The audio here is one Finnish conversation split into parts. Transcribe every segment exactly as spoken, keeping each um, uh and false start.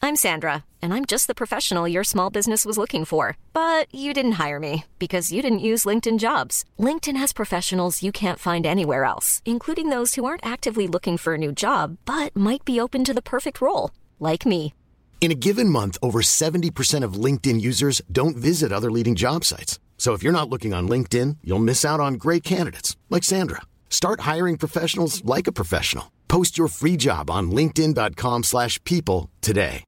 I'm Sandra, and I'm just the professional your small business was looking for. But you didn't hire me because you didn't use LinkedIn Jobs. LinkedIn has professionals you can't find anywhere else, including those who aren't actively looking for a new job, but might be open to the perfect role, like me. In a given month, over seventy percent of LinkedIn users don't visit other leading job sites. So if you're not looking on LinkedIn, you'll miss out on great candidates like Sandra. Start hiring professionals like a professional. Post your free job on linkedin.com slash people today.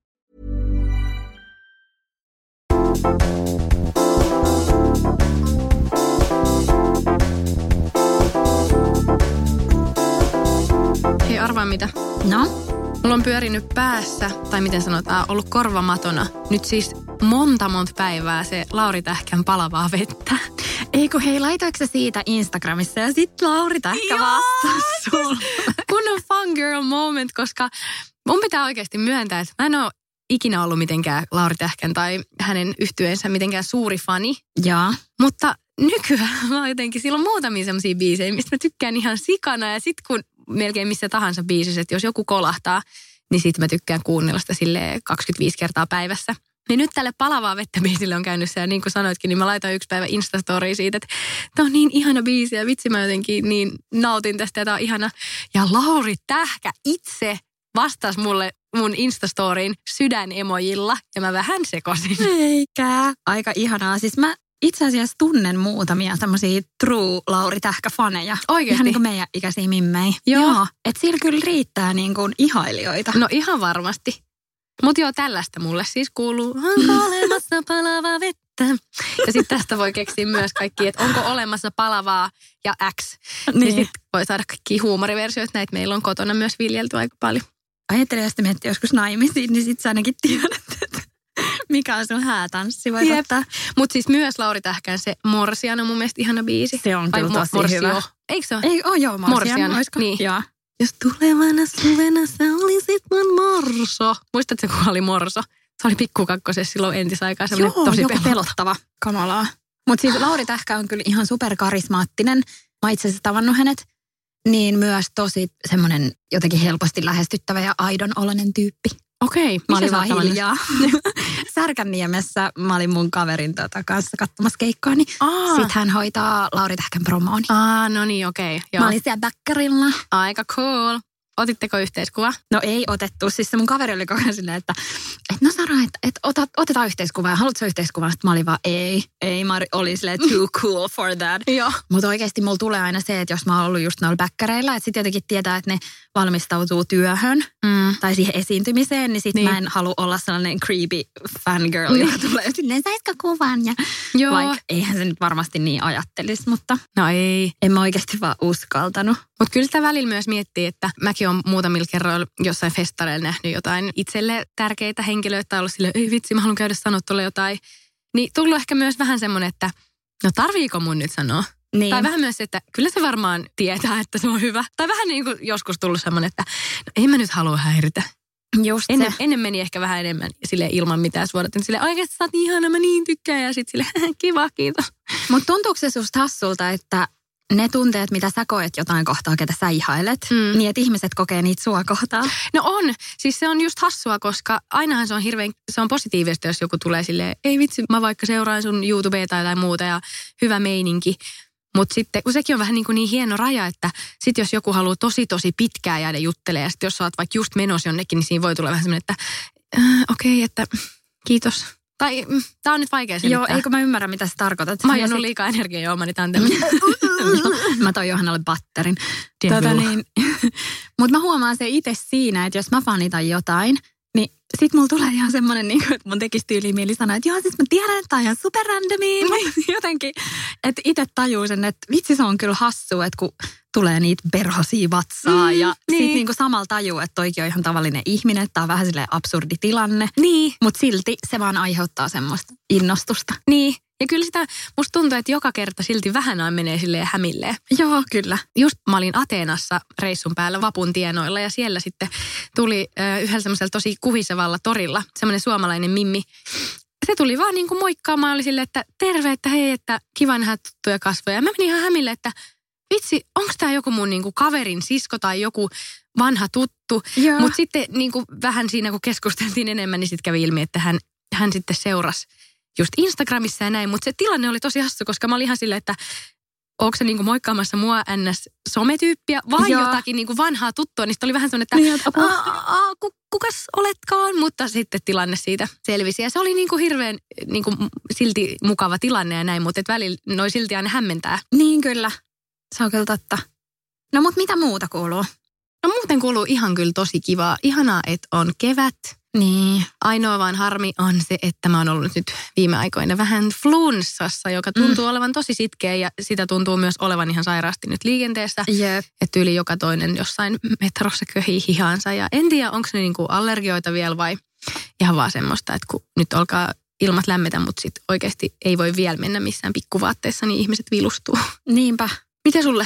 Hei, arvaa mitä? No? Mulla on pyörinyt päässä, tai miten sanotaan, ollut korvamatona. Nyt siis monta monta päivää se Lauri Tähkän Palavaa vettä. Eikö hei, laitoiko se siitä Instagramissa ja sit Lauri Tähkä vastasi sulle? Kunnon fangirl moment, koska mun pitää oikeasti myöntää, että mä en ole ikinä ollut mitenkään Lauri Tähkän tai hänen yhtyeensä mitenkään suuri fani. Jaa. Mutta nykyään mä oon jotenkin, sillä on muutamia semmosia biisejä, mistä mä tykkään ihan sikana. Ja sit kun melkein missä tahansa biisissä, että jos joku kolahtaa, niin sit mä tykkään kuunnella sitä silleen kaksikymmentäviisi kertaa päivässä. Niin nyt tälle Palavaa vettä -biisille on käynyt se, ja niin kuin sanoitkin, niin mä laitoin yksi päivä Instastoria siitä, että tää on niin ihana biisi, ja vitsi mä jotenkin niin nautin tästä, ja tää on ihana. Ja Lauri Tähkä itse vastasi mulle mun Instastoriin sydänemojilla, ja mä vähän sekosin. Eikä. Aika ihanaa. Siis mä itse asiassa tunnen muutamia tämmöisiä true Lauri Tähkä-faneja. Oikeesti? Ihan niin kuin meidän ikäisiä mimmei. Joo. Joo. Että sillä kyllä riittää niin kuin ihailijoita. No ihan varmasti. Mutta joo, tällaista mulle siis kuuluu, onko olemassa palavaa vettä? Ja sitten tästä voi keksiä myös kaikki, että onko olemassa palavaa ja X. Niin. Ja sitten voi saada kaikki huumoriversioita, näitä meillä on kotona myös viljelty aika paljon. Ajattelin, jos miettii joskus naimisiin, niin sitten sä ainakin tiedät, että mikä on sun häätanssi. Mutta siis myös Lauri Tähkän se Morsian on mun mielestä ihana biisi. Se on kyllä tosi Morsio. hyvä. Eikö se ole? Ei ole, joo, Morsian. Morsian. Niin. Joo. Jos tulevana suvena sä olisit mun morso. Muistatko, kun oli morso? Se oli pikkukakkosessa silloin entisaikaa. Joo, tosi joku pelottava. pelottava. Kamalaa. Mutta siis Lauri Tähkä on kyllä ihan superkarismaattinen. Mä itse asiassa tavannut hänet. Niin myös tosi semmoinen jotenkin helposti lähestyttävä ja aidon oloinen tyyppi. Okei, mä olin vaan hiljaa. Särkänniemessä mä olin mun kaverin tota, kanssa katsomassa keikkaa, niin sit hän hoitaa Lauri Tähkän promooni. Aa, no niin, okei. Okay, mä olin siellä bäkkärillä. Aika cool. Otitteko yhteiskuva? No ei otettu. Siis se mun kaveri oli koko ajan silleen, että et no Sara, että et otat, otetaan yhteiskuvaa. Haluatko yhteiskuvaa? Sitten mä olin vaan, ei. Ei, mä olin silleen too cool for that. Joo. Mutta oikeasti mulla tulee aina se, että jos mä oon ollut just noilla bäkkäreillä, että sitten jotenkin tietää, että ne valmistautuu työhön mm. tai siihen esiintymiseen, niin sitten niin. Mä en halua olla sellainen creepy fangirl, joka tulee silleen, saisiko kuvan? Ja joo. Vaikka eihän se nyt varmasti niin ajattelisi, mutta no ei. En mä oikeasti vaan uskaltanut. Mutta kyllä sitä välillä myös miettii, että mäkin olen muutamilla kerroilla jossain festareilla nähnyt jotain itselle tärkeitä henkilöitä tai ollut silleen, ei vitsi, mä haluan käydä sanoa tuolle jotain. Niin tullut ehkä myös vähän semmoinen, että no tarviiko mun nyt sanoa? Niin. Tai vähän myös se, että kyllä se varmaan tietää, että se on hyvä. Tai vähän niin kuin joskus tullut semmoinen, että no ei mä nyt halua häiritä. Just ennen, se. Ennen meni ehkä vähän enemmän silleen ilman mitään suodatin. Silleen oikeasti sä oot niin ihana, mä niin tykkään. Ja sitten silleen kiva, kiitos. Mutta tuntuuko se susta hassulta, että ne tunteet, mitä sä koet jotain kohtaa, ketä sä ihailet, mm. niin että ihmiset kokee niitä sua kohtaa? No on. Siis se on just hassua, koska ainahan se on hirveän, se on positiivista, jos joku tulee silleen, ei vitsi, mä vaikka seuraan sun YouTubea tai jotain muuta ja hyvä meininki. Mutta sitten, kun sekin on vähän niin, kuin niin hieno raja, että sit jos joku haluaa tosi tosi pitkään jäädä juttelemaan, ja sitten jos sä oot vaikka just menossa jonnekin, niin siinä voi tulla vähän semmoinen, että äh, okei, okay, että kiitos. Tai mm, tää on nyt vaikea selittää. Joo, eikö mä ymmärrä, mitä sä tarkoitat. Mä oon jannut liikaa energiajuomaa, niin tää on tämmöinen. Mä toin Johannalle batterin. Tuota, niin. Mutta mä huomaan se itse siinä, että jos mä fanitan jotain, niin sit mulla tulee ihan semmoinen, niin kuin, että mun tekisi tyyliin mieli sanoa, että joo, siis mä tiedän, että tää on ihan superrandomia. Mutta jotenkin, että itse tajuu sen, että vitsi se on kyllä hassua, että kun tulee niitä perhosia vatsaa mm, ja niin. Sit niinku samalla tajuu, että toikin on ihan tavallinen ihminen, että tää on vähän silleen absurdi tilanne. Niin. Mutta silti se vaan aiheuttaa semmoista innostusta. Niin. Ja kyllä sitä, musta tuntuu, että joka kerta silti vähän aina menee silleen hämilleen. Joo, kyllä. Just mä olin Ateenassa reissun päällä vapun tienoilla ja siellä sitten tuli äh, yhdellä semmoisella tosi kuhisevalla torilla semmoinen suomalainen mimmi. Se tuli vaan niin kuin moikkaamaan, oli silleen, että terve, että hei, että kiva nähdä tuttuja kasvoja. Ja mä menin ihan hämille, että vitsi, onko tämä joku mun niinku kaverin sisko tai joku vanha tuttu. Mutta sitten niinku vähän siinä, kun keskusteltiin enemmän, niin sitten kävi ilmi, että hän, hän sitten seurasi just Instagramissa ja näin. Mutta se tilanne oli tosi hassu, koska mä olin ihan silleen, että onko se niinku moikkaamassa mua ns. Sometyyppiä vai Joo. jotakin niinku vanhaa tuttua. Niin sitten oli vähän sellainen, että niin, aa, kukas oletkaan? Mutta sitten tilanne siitä selvisi. Ja se oli niinku hirveän niinku silti mukava tilanne ja näin, mutta välillä noi silti aina hämmentää. Niin kyllä, se on kyllä totta. No mutta mitä muuta kuuluu? No muuten kuuluu ihan kyllä tosi kivaa. Ihanaa, että on kevät. Niin. Ainoa vaan harmi on se, että mä oon ollut nyt viime aikoina vähän flunssassa, joka tuntuu mm. olevan tosi sitkeä ja sitä tuntuu myös olevan ihan sairaasti nyt liikenteessä. Yep. Että yli joka toinen jossain metrossa köhii hihansa ja en tiedä, onko ne niinku allergioita vielä vai ihan vaan semmoista, että kun nyt alkaa ilmat lämmetä, mutta sit oikeasti ei voi vielä mennä missään pikkuvaatteissa, niin ihmiset vilustuu. Niinpä. Miten sulle?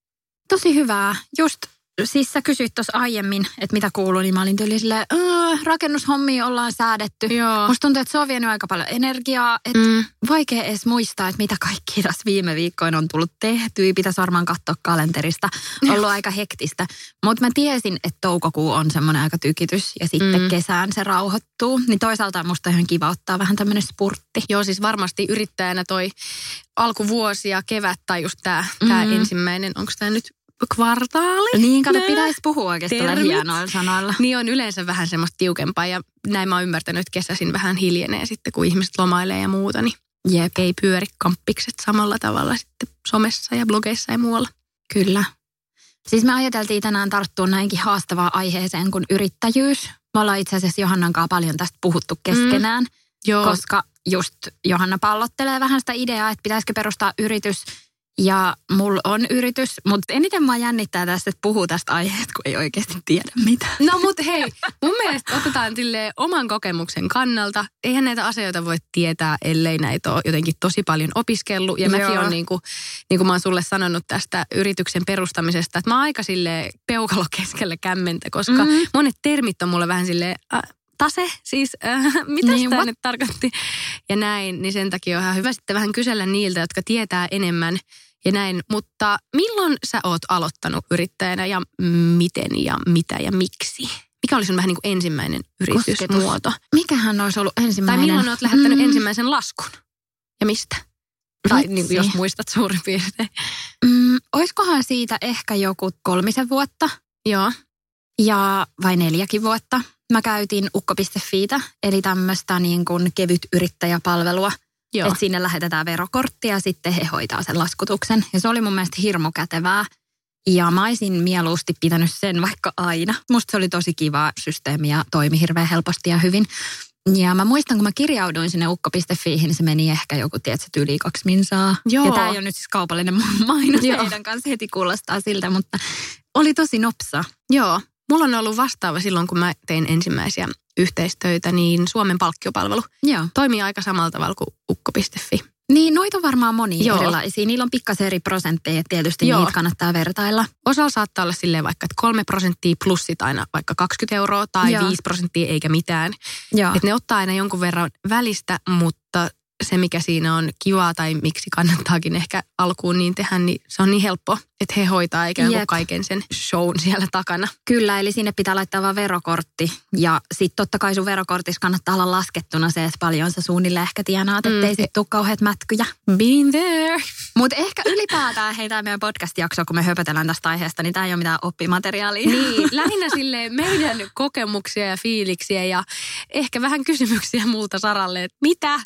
Tosi hyvää. Just siis sä kysyit tuossa aiemmin, että mitä kuuluu, niin mä olin tyyli silleen, rakennushommia ollaan säädetty. Joo. Musta tuntuu, että se on vienyt aika paljon energiaa, että mm. vaikea edes muistaa, että mitä kaikki tässä viime viikkoina on tullut tehtyä. Pitäisi varmaan katsoa kalenterista. Ollut aika hektistä. Mutta mä tiesin, että toukokuu on semmoinen aika tykitys ja sitten mm. kesään se rauhoittuu. Niin toisaalta musta on ihan kiva ottaa vähän tämmöinen spurtti. Joo, siis varmasti yrittäjänä toi alkuvuosi ja kevät tai just tää, mm. tää ensimmäinen, onko tää nyt kvartaali? Niin, kato, pitäisi puhua oikeastaan hienoilla sanoilla. Niin on yleensä vähän semmoista tiukempaa ja näin mä oon ymmärtänyt, että kesäisin vähän hiljenee sitten, kun ihmiset lomailee ja muuta, niin Jep. ei pyöri kamppikset samalla tavalla sitten somessa ja blogeissa ja muualla. Kyllä. Siis me ajateltiin tänään tarttua näinkin haastavaan aiheeseen kuin yrittäjyys. Me ollaan itse asiassa Johannan kanssa paljon tästä puhuttu keskenään, mm. Joo. koska just Johanna pallottelee vähän sitä ideaa, että pitäisikö perustaa yritys. Ja mulla on yritys, mutta eniten mä jännittää tästä, että puhuu tästä aiheesta, kun ei oikeasti tiedä mitä. No mut hei, mun mielestä otetaan silleen oman kokemuksen kannalta. Eihän näitä asioita voi tietää, ellei näitä ole jotenkin tosi paljon opiskellut. Ja mäkin on niin kuin, niin kuin mä oon sulle sanonut tästä yrityksen perustamisesta, että mä oon aika silleen peukalo keskellä kämmentä, koska mm-hmm. monet termit on mulle vähän silleen... Äh, Tase, siis äh, mitä niin, tämä nyt tarkoitti ja näin, niin sen takia on ihan hyvä sitten vähän kysellä niiltä, jotka tietää enemmän ja näin. Mutta milloin sä oot aloittanut yrittäjänä ja miten ja mitä ja miksi? Mikä oli sun vähän niin kuin ensimmäinen yritysmuoto? Mikähän olisi ollut ensimmäinen? Tai milloin oot lähettänyt mm. ensimmäisen laskun ja mistä? Tai niin kuin, jos muistat suurin piirtein. Mm, olisikohan siitä ehkä joku kolmisen vuotta? Joo. Ja vai neljäkin vuotta. Mä käytin ukko piste fiitä, eli tämmöistä niin kuin kevyt yrittäjäpalvelua. Että sinne lähetetään verokortti ja sitten he hoitaa sen laskutuksen. Ja se oli mun mielestä hirmu kätevää. Ja mä olisin mieluusti pitänyt sen vaikka aina. Musta se oli tosi kiva systeemi ja toimi hirveän helposti ja hyvin. Ja mä muistan, kun mä kirjauduin sinne ukko piste fiihin, niin se meni ehkä joku, tiedätkö, yli kaksi minsaa. Joo. Ja tää ei ole nyt siis kaupallinen mainos heidän kanssa, heti kuulostaa siltä, mutta oli tosi nopsa. Joo. Mulla on ollut vastaava silloin, kun mä tein ensimmäisiä yhteistöitä, niin Suomen palkkiopalvelu Joo. toimii aika samalla tavalla kuin ukko piste fi. Niin, noita on varmaan monia Joo. erilaisia. Niillä on pikkasen eri prosentteja, tietysti Joo. niitä kannattaa vertailla. Osalla saattaa olla silleen vaikka, että kolme prosenttia plus sit aina vaikka kaksikymmentä euroa tai Joo. viisi prosenttia eikä mitään. Että ne ottaa aina jonkun verran välistä, mutta se mikä siinä on kivaa tai miksi kannattaakin ehkä alkuun niin tehdä, niin se on niin helppo, että he hoitaa ikään kuin Jep. kaiken sen shown siellä takana. Kyllä, eli sinne pitää laittaa vaan verokortti ja sitten totta kai sun verokortissa kannattaa olla laskettuna se, että paljon sä suunnilleen ehkä tienaat, ettei mm. sit tule kauheat mätkyjä. Been there. Mutta ehkä ylipäätään, hei, tämä meidän podcast-jakso, kun me höpötellään tästä aiheesta, niin tämä ei ole mitään oppimateriaalia. Niin, lähinnä silleen meidän kokemuksia ja fiiliksiä ja ehkä vähän kysymyksiä multa Saralle, että mitä?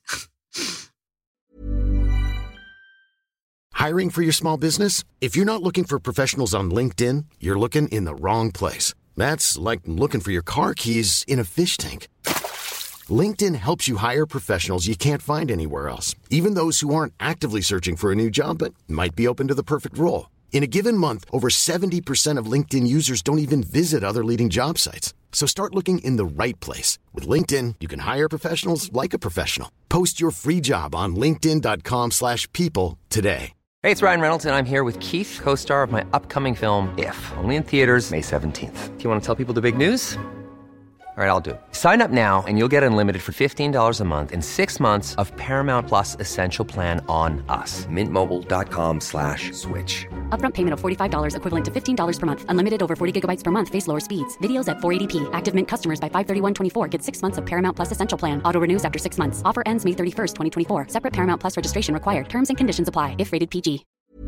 Hiring for your small business? If you're not looking for professionals on LinkedIn, you're looking in the wrong place. That's like looking for your car keys in a fish tank. LinkedIn helps you hire professionals you can't find anywhere else, even those who aren't actively searching for a new job but might be open to the perfect role. In a given month, over seventy percent of LinkedIn users don't even visit other leading job sites. So start looking in the right place. With LinkedIn, you can hire professionals like a professional. Post your free job on linkedin dot com slash people today. Hey, it's Ryan Reynolds, and I'm here with Keith, co-star of my upcoming film, If, only in theaters May seventeenth. Do you want to tell people the big news? All right, I'll do it. Sign up now and you'll get unlimited for fifteen dollars a month and six months of Paramount Plus Essential Plan on us. Mint Mobile dot com slash switch. Upfront payment of forty-five dollars equivalent to fifteen dollars per month. Unlimited over forty gigabytes per month. Face lower speeds. Videos at four eighty p. Active Mint customers by five thirty-one twenty-four get six months of Paramount Plus Essential Plan. Auto renews after six months. Offer ends May thirty-first, twenty twenty-four. Separate Paramount Plus registration required. Terms and conditions apply if rated P G.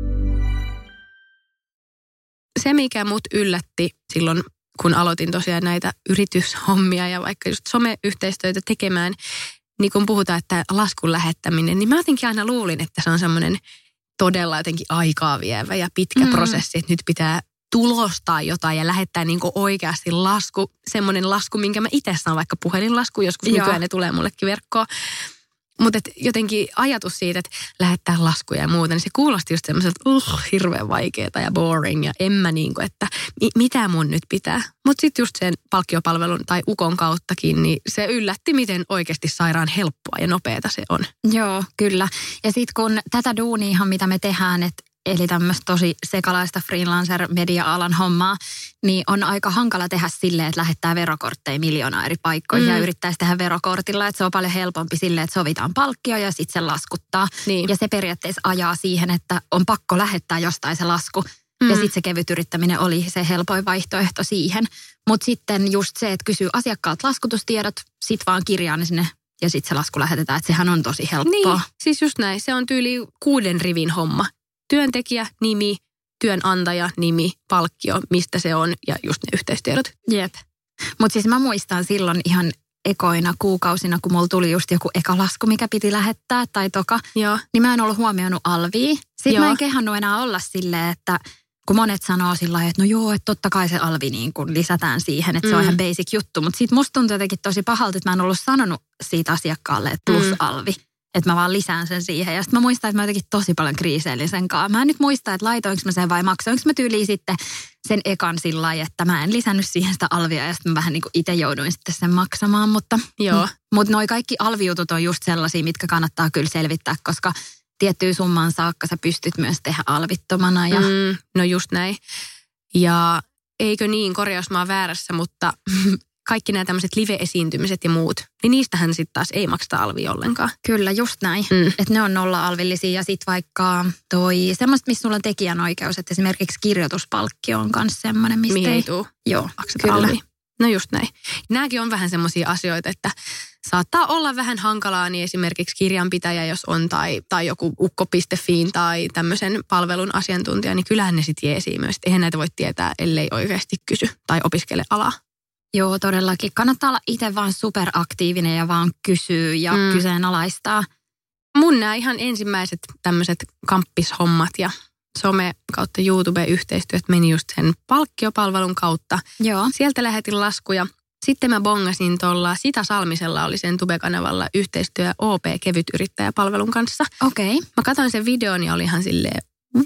Se, mikä mut yllätti silloin, kun aloitin tosiaan näitä yrityshommia ja vaikka just someyhteistyötä tekemään, niin kun puhutaan, että laskun lähettäminen, niin mä jotenkin aina luulin, että se on semmoinen todella jotenkin aikaa vievä ja pitkä mm. prosessi, että nyt pitää tulostaa jotain ja lähettää niin kuin oikeasti lasku, semmoinen lasku, minkä mä itse saan, vaikka puhelinlasku, joskus Joo. nykyään ne tulee mullekin verkkoon. Mutta jotenkin ajatus siitä, että lähettää laskuja ja muuta, niin se kuulosti just semmoiselta uh, hirveän vaikeeta ja boring ja en mä niin kuin, että mi- mitä mun nyt pitää. Mutta sitten just sen palkkiopalvelun tai ukon kauttakin, niin se yllätti, miten oikeasti sairaan helppoa ja nopeata se on. Joo, kyllä. Ja sitten kun tätä duuniahan, mitä me tehdään, että eli tämmöistä tosi sekalaista freelancer-media-alan hommaa, niin on aika hankala tehdä silleen, että lähettää verokortteja miljoonaa eri paikkoihin mm. ja yrittäisi tehdä verokortilla, että se on paljon helpompi silleen, että sovitaan palkkio ja sitten se laskuttaa. Niin. Ja se periaatteessa ajaa siihen, että on pakko lähettää jostain se lasku. Mm. Ja sitten se kevyt yrittäminen oli se helpoin vaihtoehto siihen. Mutta sitten just se, että kysyy asiakkaalta laskutustiedot, sit vaan kirjaa ne sinne ja sitten se lasku lähetetään, että sehän on tosi helppoa. Niin, siis just näin. Se on tyyli kuuden rivin homma. Työntekijä, nimi, työnantaja, nimi, palkkio, mistä se on ja just ne yhteistiedot. Jep. Mutta siis mä muistan silloin ihan ekoina kuukausina, kun mulla tuli just joku eka lasku, mikä piti lähettää tai toka, Joo. niin mä en ollut huomioinut alvia. Sitten joo. mä en kehannut enää olla silleen, että kun monet sanoo sillä lailla, että no joo, että totta kai se alvi niin kun lisätään siihen, että mm. se on ihan basic juttu. Mutta sitten musta tuntui jotenkin tosi pahalta, että mä en ollut sanonut siitä asiakkaalle, että plus mm. alvi. Että mä vaan lisään sen siihen. Ja sitten mä muistan, että mä jotenkin tosi paljon kriiseilin sen kanssa. Mä en nyt muista, että laitoinko mä sen vai maksoinko mä tyyliin sitten sen ekan sillä lailla, että mä en lisännyt siihen sitä alvia. Ja sitten mä vähän niin kuin itse jouduin sitten sen maksamaan. Mutta, Joo. mutta noi kaikki alvijutut on just sellaisia, mitkä kannattaa kyllä selvittää, koska tiettyyn summaan saakka sä pystyt myös tehdä alvittomana. Ja... Mm, no just näin. Ja eikö niin, korjaus mä oon väärässä, mutta... kaikki nämä tämmöiset live-esiintymiset ja muut, niin niistähän sitten taas ei makseta alvia ollenkaan. Kyllä, just näin. Mm. Että ne on nolla-alvillisia ja sitten vaikka toi semmoista, missä sulla on tekijänoikeus, että esimerkiksi kirjoituspalkkio on myös semmoinen, mistä Mihin ei... ei tuu Joo, makseta alvia. No just näin. Nämäkin on vähän semmoisia asioita, että saattaa olla vähän hankalaa, niin esimerkiksi kirjanpitäjä, jos on, tai, tai joku ukko piste fiin tai tämmöisen palvelun asiantuntija, niin kyllähän ne sitten jeesii myös. Eihän näitä voi tietää, ellei oikeasti kysy tai opiskele alaa. Joo, todellakin. Kannattaa olla itse vaan superaktiivinen ja vaan kysyä ja mm. kyseenalaistaa. Mun nämä ihan ensimmäiset tämmöiset kamppishommat ja some kautta YouTube-yhteistyöt meni just sen palkkiopalvelun kautta. Joo. Sieltä lähetin laskuja. Sitten mä bongasin tuolla Sita Salmisella oli sen Tube-kanavalla yhteistyö O P-kevytyrittäjäpalvelun kanssa. Okei. Okay. Mä katsoin sen videon ja oli ihan silleen,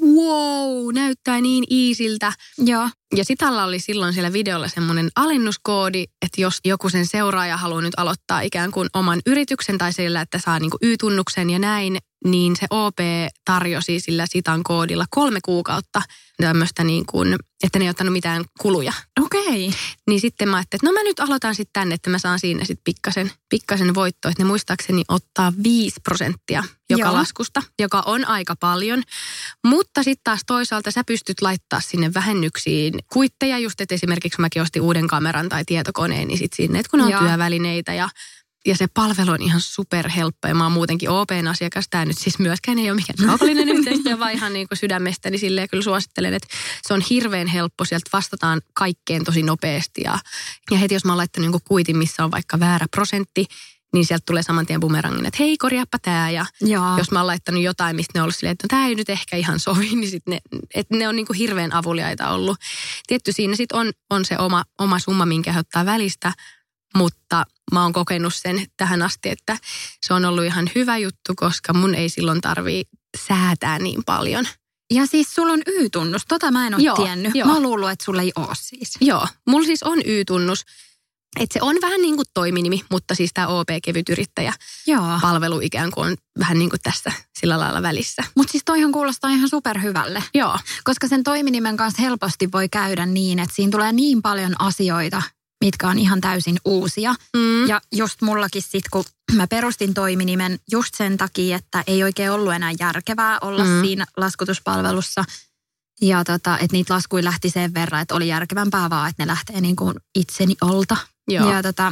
wow, näyttää niin easyltä. Joo. Ja Sitalla oli silloin siellä videolla semmoinen alennuskoodi, että jos joku sen seuraaja haluaa nyt aloittaa ikään kuin oman yrityksen tai sillä, että saa niin kuin Y-tunnuksen ja näin, niin se O P tarjosi sillä Sitan koodilla kolme kuukautta tämmöistä niin kuin, että ne ei ottanut mitään kuluja. Okei. Okay. Niin sitten mä ajattelin, että no mä nyt aloitan sitten tänne, että mä saan siinä sitten pikkasen, pikkasen voittoa, että ne muistaakseni ottaa viisi prosenttia joka Joo. laskusta, joka on aika paljon. Mutta sitten taas toisaalta sä pystyt laittaa sinne vähennyksiin kuitteja, just että esimerkiksi mäkin ostin uuden kameran tai tietokoneen, niin sitten sinne, että kun on Joo. työvälineitä ja Ja se palvelu on ihan superhelppo ja mä oon muutenkin O P:n asiakas. Tämä nyt siis myöskään ei ole mikään kaupallinen yhteistyö, vaan ihan niin kuin sydämestäni silleen kyllä suosittelen, että se on hirveän helppo. Sieltä vastataan kaikkeen tosi nopeasti ja, ja heti jos mä oon laittanut niin kuitin, missä on vaikka väärä prosentti, niin sieltä tulee saman tien bumerangin, että hei korjaappa tää. Ja Jaa. jos mä oon laittanut jotain, mistä ne on ollut silleen, että no, tää ei nyt ehkä ihan sovi, niin sitten ne, että ne on niin kuin hirveän avuliaita ollut. Tietty siinä sitten on, on se oma, oma summa, minkä he ottaa välistä. Mutta mä oon kokenut sen tähän asti, että se on ollut ihan hyvä juttu, koska mun ei silloin tarvii säätää niin paljon. Ja siis sulla on Y-tunnus, tota mä en ole joo, tiennyt. Joo. Mä oon luullut, että sulla ei ole siis. Joo, mulla siis on Y-tunnus. Että se on vähän niin kuin toiminimi, mutta siis tämä O P-kevytyrittäjä-palvelu ikään kuin on vähän niin kuin tässä sillä lailla välissä. Mutta siis toihan kuulostaa ihan superhyvälle. Joo. Koska sen toiminimen kanssa helposti voi käydä niin, että siinä tulee niin paljon asioita, mitkä on ihan täysin uusia. Mm. Ja just mullakin sit, kun mä perustin toiminimen just sen takia, että ei oikein ollut enää järkevää olla mm. siinä laskutuspalvelussa. Ja tota, että niitä laskuja lähti sen verran, että oli järkevämpää vaan, että ne lähtee niin kuin itseni alta. Joo. Ja tota,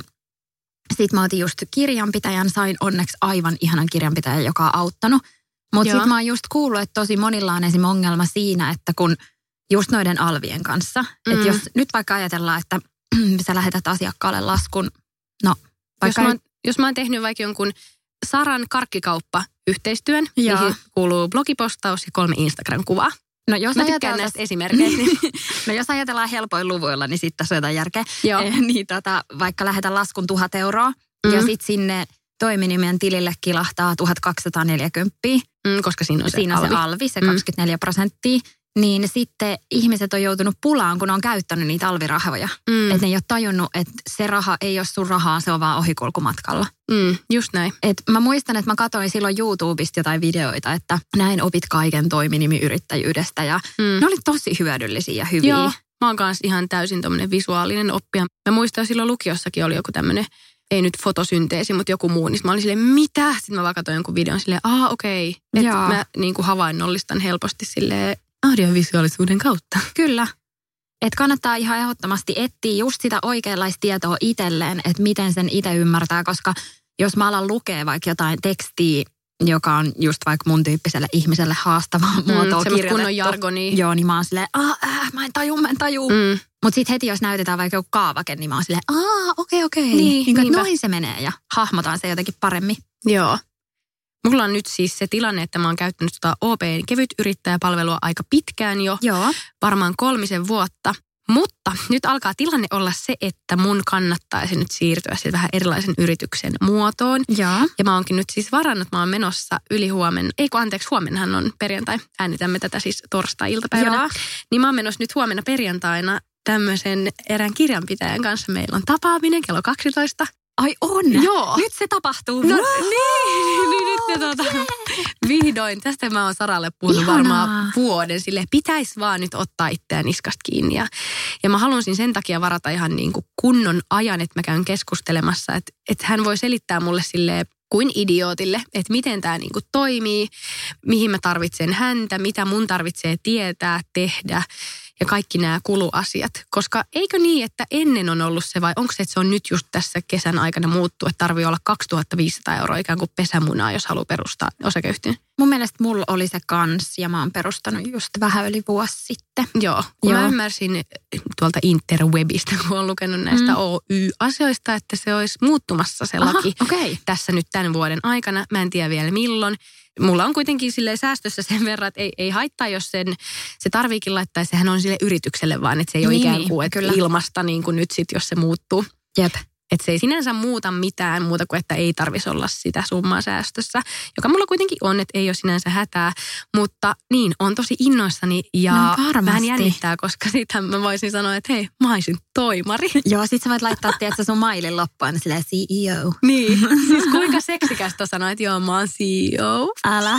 sit mä otin just kirjanpitäjän, sain onneksi aivan ihanan kirjanpitäjän, joka on auttanut. Mutta sit mä oon just kuullut, että tosi monilla on esim. Ongelma siinä, että kun just noiden alvien kanssa, mm. että jos nyt vaikka ajatellaan, että sä lähetät asiakkaalle laskun, no vaikka... Jos mä, oon, jos mä oon tehnyt vaikka jonkun Saran karkkikauppa-yhteistyön, Joo. niin kuuluu blogipostaus ja kolme Instagram-kuvaa. No jos mä tykkään näistä esimerkkeistä. Niin. No jos ajatellaan helpoin luvuilla, niin sitten tässä on jotain järkeä. Joo. Eh, niin tota, vaikka lähetän laskun tuhat euroa mm. ja sitten sinne toiminimen tilille kilahtaa tuhatkaksisataaneljäkymmentä. Mm, koska siinä on se siinä on alvi. se alvi, se kaksikymmentäneljä prosenttia. Niin sitten ihmiset on joutunut pulaan, kun ne on käyttänyt niitä alvirahoja. Mm. Että ne ei ole tajunnut, että se raha ei ole sun rahaa, se on vaan ohikulkumatkalla. Mm, just näin. Et mä muistan, että mä katsoin silloin YouTubesta jotain videoita, että näin opit kaiken toiminimiyrittäjyydestä ja mm. ne oli tosi hyödyllisiä ja hyviä. Joo, mä oon kanssa ihan täysin tommonen visuaalinen oppija. Mä muistan, silloin lukiossakin oli joku tämmönen, ei nyt fotosynteesi, mutta joku muu, niin mä olin silleen, mitä? Sitten mä vaan katsoin jonkun videon silleen, aa okei. Okay. Että mä niin kuin havainnollistan helposti silleen audiovisuaalisuuden kautta. Kyllä. Että kannattaa ihan ehdottomasti etsiä just sitä oikeanlaista tietoa itselleen, että miten sen itse ymmärtää, koska jos mä alan lukea vaikka jotain tekstiä, joka on just vaikka mun tyyppiselle ihmiselle haastavaa mm, muotoa kirjoitettu. Kunnon jargonia. Joo, niin mä oon silleen, aah, äh, mä en taju, mä en taju. Mm. Mutta sitten heti jos näytetään vaikka joku kaavake, niin mä oon silleen, aah, okei, okei. Niin, niin noin se menee ja hahmotaan se jotenkin paremmin. Joo. Mulla on nyt siis se tilanne, että mä oon käyttänyt tota O P:n kevytyrittäjäpalvelua aika pitkään jo. Joo. Varmaan kolmisen vuotta. Mutta nyt alkaa tilanne olla se, että mun kannattaisi nyt siirtyä sitten vähän erilaisen yrityksen muotoon. Joo. Ja mä oonkin nyt siis varannut, mä oon menossa yli huomen, ei kun anteeksi, huomennahan on perjantai. Äänitämme tätä siis torstai-iltapäivänä. Joo. Niin mä oon menossa nyt huomenna perjantaina tämmöisen erään kirjanpitäjän kanssa. Meillä on tapaaminen kello kaksitoista. Ai on? Joo. Nyt se tapahtuu. No, niin, niin nyt ne tuota, vihdoin. Tästä mä oon Saralle puhunut varmaan vuoden. Silleen pitäisi vaan nyt ottaa itseään niskasta kiinni. Ja, ja mä halusin sen takia varata ihan niin kuin kunnon ajan, että mä käyn keskustelemassa. Että, että hän voi selittää mulle silleen kuin idiootille, että miten tämä niin kuin toimii, mihin mä tarvitsen häntä, mitä mun tarvitsee tietää, tehdä. Ja kaikki nämä kuluasiat. Koska eikö niin, että ennen on ollut se vai onko se, että se on nyt just tässä kesän aikana muuttu, että tarvii olla kaksituhattaviisisataa euroa ikään kuin pesämunaa, jos haluaa perustaa osakeyhtiön? Mun mielestä mulla oli se kans ja mä oon perustanut just vähän yli vuosi sitten. Joo, kun Joo. mä ymmärsin tuolta interwebistä, kun olen lukenut näistä mm. O Y-asioista, että se olisi muuttumassa se Aha, laki okay. tässä nyt tämän vuoden aikana. Mä en tiedä vielä milloin. Mulla on kuitenkin silleen säästössä sen verran, että ei, ei haittaa, jos sen, se tarviikin laittaa, sehän on sille yritykselle vaan, että se ei ole niin, ikään kuin että ilmasta niin kuin nyt sit, jos se muuttuu. Jep. Että se ei sinänsä muuta mitään muuta kuin, että ei tarvitsisi olla sitä summaa säästössä, joka mulla kuitenkin on, että ei ole sinänsä hätää. Mutta niin, on tosi innoissani ja no, vähän jännittää, koska siitä mä voisin sanoa, että hei, mä olisin toimari. Joo, sit sä voit laittaa, tiedätkö, sun mailin loppuun silleen C E O. Niin, siis kuinka seksikästä sanoa, että joo, mä oon C E O. Älä.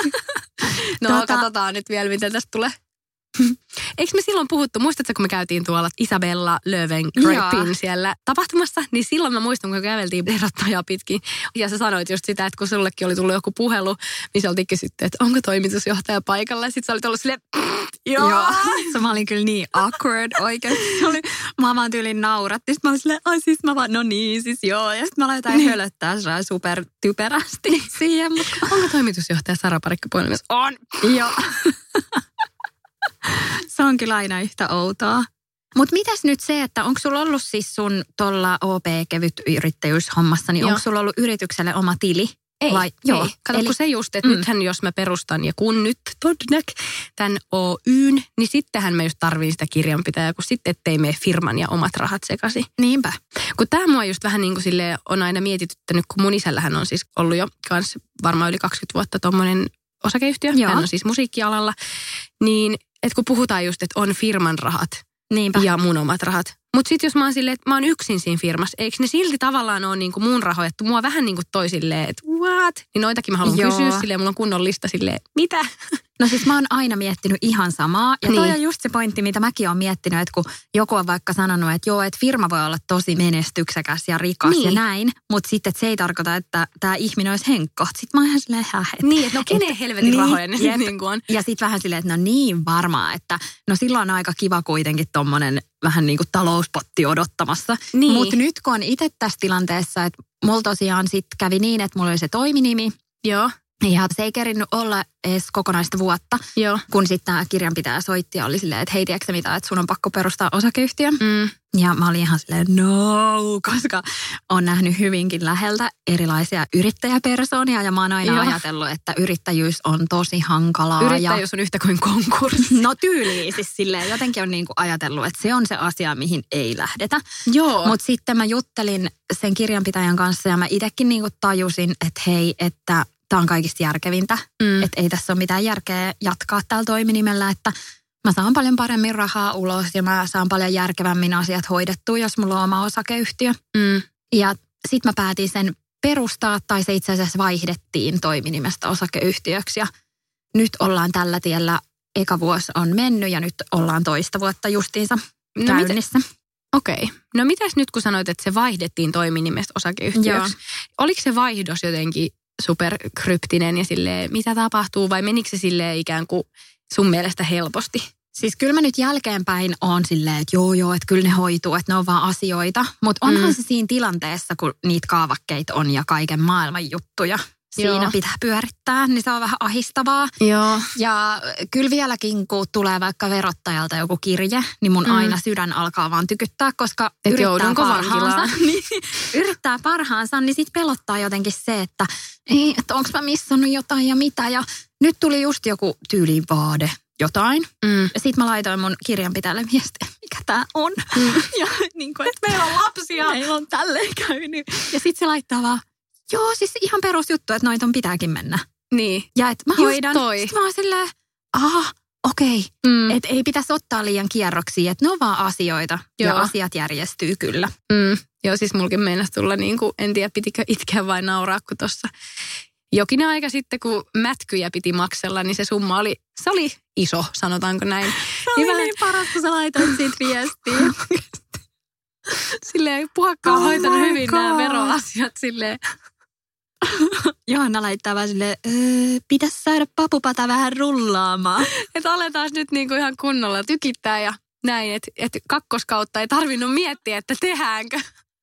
No tota... katsotaan nyt vielä, miten tästä tulee. Eikö me silloin puhuttu, muistatko kun me käytiin tuolla Isabella Löwengripin siellä tapahtumassa, niin silloin mä muistan, kun käveltiin erottajaa pitkin. Ja sä sanoit just sitä, että kun sullekin oli tullut joku puhelu, missä oltiin kysytty, että onko toimitusjohtaja paikalla. Ja sit sä olit ollut silleen, joo. joo. Se mä olin kyllä niin awkward oikein. Se oli, mä vaan tyyliin nauratti. Sitten mä olin silleen, ai siis mä vaan, no niin, siis joo. Ja sitten mä aloitan niin. hölöttää super typerästi siihen. Mutta... Onko toimitusjohtaja Sara Parikka puhelimessa? On. Joo. Se on kyllä aina yhtä outoa. Mutta mitäs nyt se, että onko sulla ollut siis sun tuolla O P-kevytyrittäjyyshommassa, niin onko sulla ollut yritykselle oma tili? Ei, Vai, ei. Joo. Kato, Eli, kun se just, että mm. nythän jos mä perustan ja kun nyt todennäk tämän O Y:n, niin sittenhän mä just tarviin sitä kirjanpitäjää, kun sitten ettei mene firman ja omat rahat sekaisin. Niinpä. Kun tää mua just vähän niin kuin silleen on aina mietityttänyt, kun mun isällähän on siis ollut jo kans varmaan yli kaksikymmentä vuotta tommonen osakeyhtiö. Joo. Hän on siis musiikkialalla. Niin, että kun puhutaan just, että on firman rahat Niinpä. ja mun omat rahat. Mutta sitten jos mä oon silleen, että mä oon yksin siinä firmassa, eikö ne silti tavallaan ole niinku mun rahoja, että mua vähän niinku toi silleen, että what? Niin noitakin mä haluan Joo. kysyä silleen, mulla on kunnon lista silleen, mitä? No siis mä oon aina miettinyt ihan samaa. Ja toi Niin. on just se pointti, mitä mäkin oon miettinyt, että kun joku on vaikka sanonut, että joo, että firma voi olla tosi menestyksekäs ja rikas Niin. ja näin, mutta sitten että se ei tarkoita, että tämä ihminen olisi henkko. Sitten mä oon ihan silleen, häh, että... Niin, että no kenen helvetin niin, rahoja ne jep. sitten niin kuin on. Ja sitten vähän silleen, että no niin varmaa, että no silloin on aika kiva kuitenkin tommonen vähän niin kuin talouspotti odottamassa. Niin. Mutta nyt kun on itse tässä tilanteessa, että mulla tosiaan sitten kävi niin, että mulla oli se toiminimi. Joo, Ja se ei kerinnyt olla edes kokonaista vuotta, joo. kun sitten tämä kirjanpitäjä soitti ja oli silleen, että hei, tiedätkö mitä, että sun on pakko perustaa osakeyhtiö. Mm. Ja mä olin ihan silleen, no, koska on nähnyt hyvinkin läheltä erilaisia yrittäjäpersoonia ja mä oon aina Joo. ajatellut, että yrittäjyys on tosi hankalaa. Yrittäjyys ja... on yhtä kuin konkurssi. No tyyliin siis silleen, jotenkin on niinku ajatellut, että se on se asia, mihin ei lähdetä. Joo. Mutta sitten mä juttelin sen kirjanpitäjän kanssa ja mä itsekin niinku tajusin, että hei, että tämä on kaikista järkevintä. Mm. Että ei tässä ole mitään järkeä jatkaa täällä toiminimellä, että mä saan paljon paremmin rahaa ulos ja mä saan paljon järkevämmin asiat hoidettua, jos mulla on oma osakeyhtiö. Mm. Ja sit mä päätin sen perustaa, tai se itse asiassa vaihdettiin toiminimestä osakeyhtiöksi. Ja nyt ollaan tällä tiellä, eka vuosi on mennyt ja nyt ollaan toista vuotta justiinsa No käynnissä. Okei. Okay. No mitäs nyt kun sanoit, että se vaihdettiin toiminimestä osakeyhtiöksi? Oliko se vaihdos jotenkin superkryptinen ja silleen, mitä tapahtuu vai menikö se silleen ikään kuin sun mielestä helposti? Siis kyllä mä nyt jälkeenpäin oon silleen, että joo joo, että kyllä ne hoituu, että ne on vaan asioita. Mutta onhan Mm. se siinä tilanteessa, kun niitä kaavakkeita on ja kaiken maailman juttuja siinä Joo. pitää pyörittää, niin se on vähän ahistavaa. Joo. Ja kyllä vieläkin, kun tulee vaikka verottajalta joku kirje, niin mun Mm. aina sydän alkaa vaan tykyttää, koska Et yrittää joudunko parhaansa. vankilaan? Niin, yrittää parhaansa, niin sit pelottaa jotenkin se, että, ei, että onko mä missannut jotain ja mitä. Ja nyt tuli just joku tyyliin vaade jotain. Mm. Ja sit mä laitoin mun kirjanpitäjälle viestiä, mikä tää on. Mm. Ja niin kuin, että meillä on lapsia. Meillä on tälleen käynyt. Ja sit se laittaa vaan, joo siis ihan perusjuttu, että noita on pitääkin mennä. Niin. Ja että mä Just hoidan. toi. Sitten mä oon silleen, aha, okei. Okay. Mm. Että ei pitäisi ottaa liian kierroksia, että ne on vaan asioita. Joo. Ja asiat järjestyy kyllä. Mm. Joo, siis mulkin meinasi tulla niin kuin, en tiedä pitikö itkeä vai nauraa, kun tuossa jokin aika sitten, kun mätkyjä piti maksella, niin se summa oli, se oli iso, sanotaanko näin. Se oli niin, niin paras, kun sä laitoit siitä viestiä. Silleen puhakka on Oh hoitanut my hyvin God. nämä veroasiat silleen. Johanna laittaa vaan silleen, öö, pitäisi saada papupata vähän rullaamaan. Että aletaan nyt niinku ihan kunnolla tykittää ja näin, että et kakkoskautta ei tarvinnut miettiä, että tehdäänkö.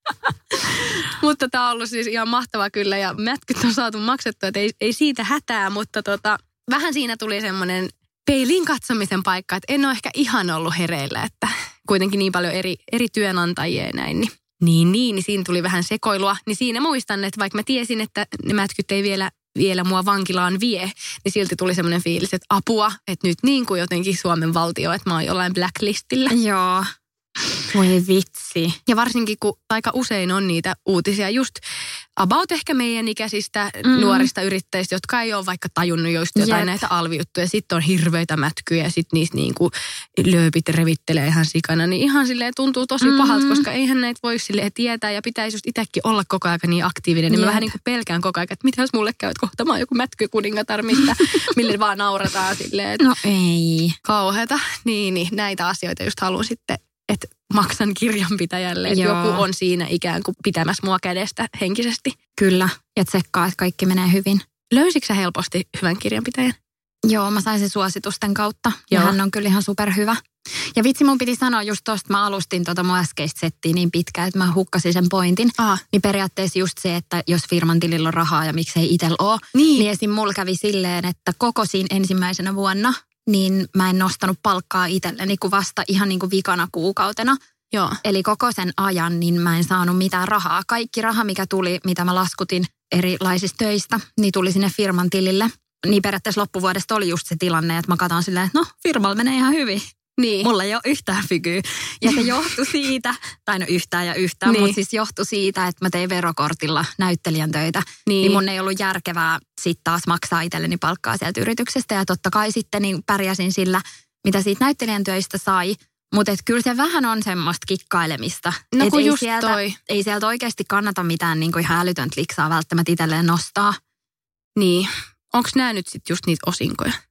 Mutta tämä on ollut siis ihan mahtava kyllä ja mätkyt on saatu maksettua, että ei, ei siitä hätää, mutta tota, vähän siinä tuli semmoinen peiliin katsomisen paikka, että en ole ehkä ihan ollut hereillä, että kuitenkin niin paljon eri, eri työnantajia ja näin, niin Niin, niin, niin siinä tuli vähän sekoilua. Niin siinä muistan, että vaikka mä tiesin, että ne mätkyt ei vielä, vielä mua vankilaan vie, niin silti tuli semmoinen fiilis, että apua, että nyt niin kuin jotenkin Suomen valtio, että mä oon jollain blacklistillä. Joo. Voi vitsi. Ja varsinkin, kun aika usein on niitä uutisia just about ehkä meidän ikäisistä Mm. nuorista yrittäjistä, jotka ei ole vaikka tajunnut just jotain Jep. näitä alvijuttuja. Sitten on hirveitä mätkyjä ja sitten niistä niinku lööpit revittelee ihan sikana. Niin ihan silleen tuntuu tosi Mm-hmm. pahalta, koska eihän näitä voi silleen tietää ja pitäisi just itsekin olla koko ajan niin aktiivinen. Niin mä Jep. vähän niin kuin pelkään koko ajan, että mitä jos mulle käy, että kohta mä oon joku mätkykuningatar, mistä, mille vaan naurataan silleen, että No ei. kauheata. Niin, niin näitä asioita just haluan sitten, että maksan kirjanpitäjälle, että Joo. joku on siinä ikään kuin pitämässä mua kädestä henkisesti. Kyllä. Ja tsekkaa, että kaikki menee hyvin. Löysitkö sä helposti hyvän kirjanpitäjän? Joo, mä sain sen suositusten kautta. Ja Joo. hän on kyllä ihan superhyvä. Ja vitsi, mun piti sanoa just tosta, mä alustin tota mun äskeistä settiä niin pitkään, että mä hukkasin sen pointin. Aha. Niin periaatteessa just se, että jos firman tilillä on rahaa ja miksei itsellä ole. Niin. Niin esim. Mulla kävi silleen, että koko siinä ensimmäisenä vuonna, niin mä en nostanut palkkaa itselleni kuin vasta ihan niin kuin vikana kuukautena. Joo. Eli koko sen ajan niin mä en saanut mitään rahaa. Kaikki raha, mikä tuli, mitä mä laskutin erilaisista töistä, niin tuli sinne firman tilille. Niin periaatteessa loppuvuodesta oli just se tilanne, että mä katson silleen, että no firmalla menee ihan hyvin. Niin. Mulla ei ole yhtään fykyä. Ja se johtui siitä, tai no yhtään ja yhtään, Niin. mutta siis johtui siitä, että mä tein verokortilla näyttelijän töitä. Niin. Niin mun ei ollut järkevää sitten taas maksaa itselleni palkkaa sieltä yrityksestä. Ja totta kai sitten niin pärjäsin sillä, mitä siitä näyttelijän töistä sai. Mutta kyllä se vähän on semmoista kikkailemista. No Et kun ei just sieltä, toi. Ei sieltä oikeasti kannata mitään niinku ihan älytöntä liksaa välttämättä itselleen nostaa. Niin. Onko nämä nyt sitten just niitä osinkoja?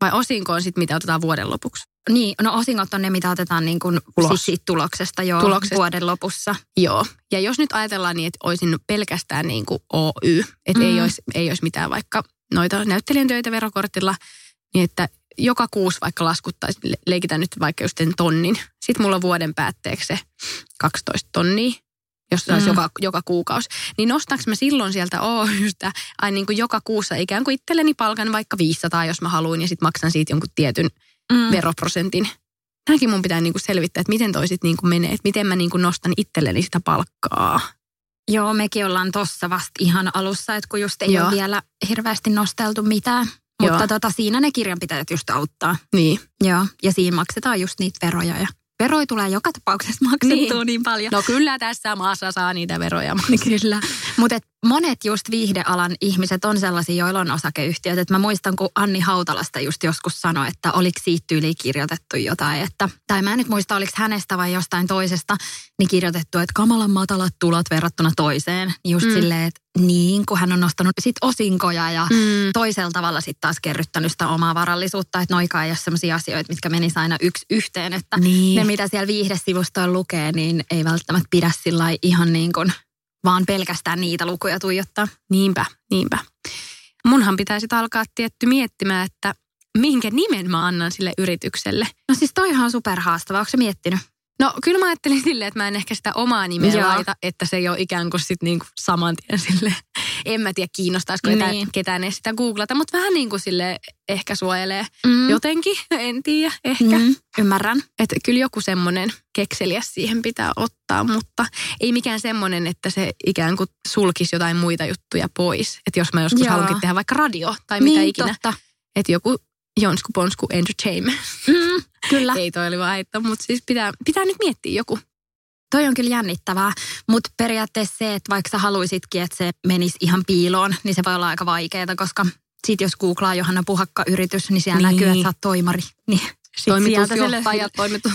Vai osinko on sitten, mitä otetaan vuoden lopuksi? Niin, no osingot on ne, mitä otetaan niin kuin siis siitä tuloksesta jo tuloksesta. Vuoden lopussa. Joo, ja jos nyt ajatellaan niin, että olisin pelkästään niin kuin O Y, että mm. ei, olisi, ei olisi mitään vaikka noita näyttelijän töitä verokortilla, niin että joka kuusi vaikka laskuttaisiin, leikitään nyt vaikka just sen tonnin. Sitten mulla on vuoden päätteeksi se kaksitoista tonnia, jos se olisi mm. joka, joka kuukausi. Niin nostanko mä silloin sieltä O Y:stä aina niin kuin joka kuussa ikään kuin itselleni palkan vaikka viisisataa, jos mä haluan, ja sitten maksan siitä jonkun tietyn mm. veroprosentin. Tämäkin mun pitää niin kuin selvittää, että miten toi sit niin kuin menee, että miten mä niin kuin nostan itselleni sitä palkkaa. Joo, mekin ollaan tossa vasta ihan alussa, että kun just ei Joo. ole vielä hirveästi nosteltu mitään. Mutta Joo. tota, siinä ne kirjanpitäjät just auttaa. Niin. Joo, ja siinä maksetaan just niitä veroja. Ja veroja tulee joka tapauksessa maksettua niin, niin paljon. No kyllä tässä maassa saa niitä veroja. Kyllä. Mutta monet just viihdealan ihmiset on sellaisia, joilla on osakeyhtiöt. Et mä muistan, kun Anni Hautalasta just joskus sanoi, että oliko siitä tyyliin kirjoitettu jotain. Että, tai mä en nyt muista, oliko hänestä vai jostain toisesta, niin kirjoitettu, että kamalan matalat tulot verrattuna toiseen. Just mm. silleen, että niin, kun hän on nostanut sit osinkoja ja mm. toisella tavalla sitten taas kerryttänyt sitä omaa varallisuutta. Että noikaan ei ole sellaisia asioita, mitkä menis aina yksi yhteen. Että niin. ne, mitä siellä viihdesivustoilla lukee, niin ei välttämättä pidä sillä ihan niin kuin vaan pelkästään niitä lukuja tuijottaa. Niinpä, niinpä. Munhan pitäisi alkaa tietty miettimään, että minkä nimen mä annan sille yritykselle. No siis toihan on superhaastava. Ootko sä miettinyt? No kyllä mä ajattelin silleen, että mä en ehkä sitä omaa nimeä Joo. laita, että se ei ole ikään kuin sit niinku saman tien silleen. En mä tiedä kiinnostaisiko niin. ketään edes sitä googlata, mutta vähän niin kuin silleen ehkä suojelee mm. jotenkin, en tiedä ehkä. Mm. Ymmärrän. Että kyllä joku semmoinen kekseliäs siihen pitää ottaa, mutta ei mikään semmoinen, että se ikään kuin sulkisi jotain muita juttuja pois. Että jos mä joskus Joo. haluankin tehdä vaikka radio tai mitä niin, ikinä. Totta. Että joku Jonsku Ponsku Entertainment. Mm, kyllä. Ei toi oli vaan heitto, mutta siis pitää, pitää nyt miettiä joku. Toi on kyllä jännittävää, mutta periaatteessa se, että vaikka sä haluisitkin, että se menisi ihan piiloon, niin se voi olla aika vaikeaa, koska sit jos googlaa Johanna Puhakka-yritys, niin siellä niin. näkyy, että sä oot toimari. Niin toimitusjohtaja, toimitus.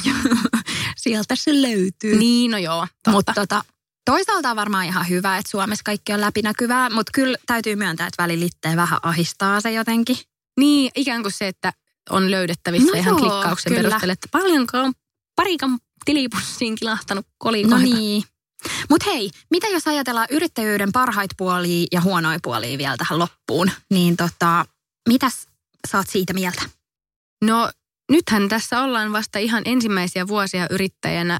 Sieltä se löytyy. Niin, no joo. Mutta tota, toisaalta on varmaan ihan hyvä, että Suomessa kaikki on läpinäkyvää, mutta kyllä täytyy myöntää, että välillä itseä vähän ahistaa se jotenkin. Niin, ikään kuin se, että on löydettävissä no ihan joo, klikkauksen kyllä. perusteella, että paljonko on parikan tilipussiin kilahtanut kolikoita. No niin. Mutta hei, mitä jos ajatellaan yrittäjyyden parhaita puolia ja huonoja puolia vielä tähän loppuun, niin tota, mitäs sä oot siitä mieltä? No nythän tässä ollaan vasta ihan ensimmäisiä vuosia yrittäjänä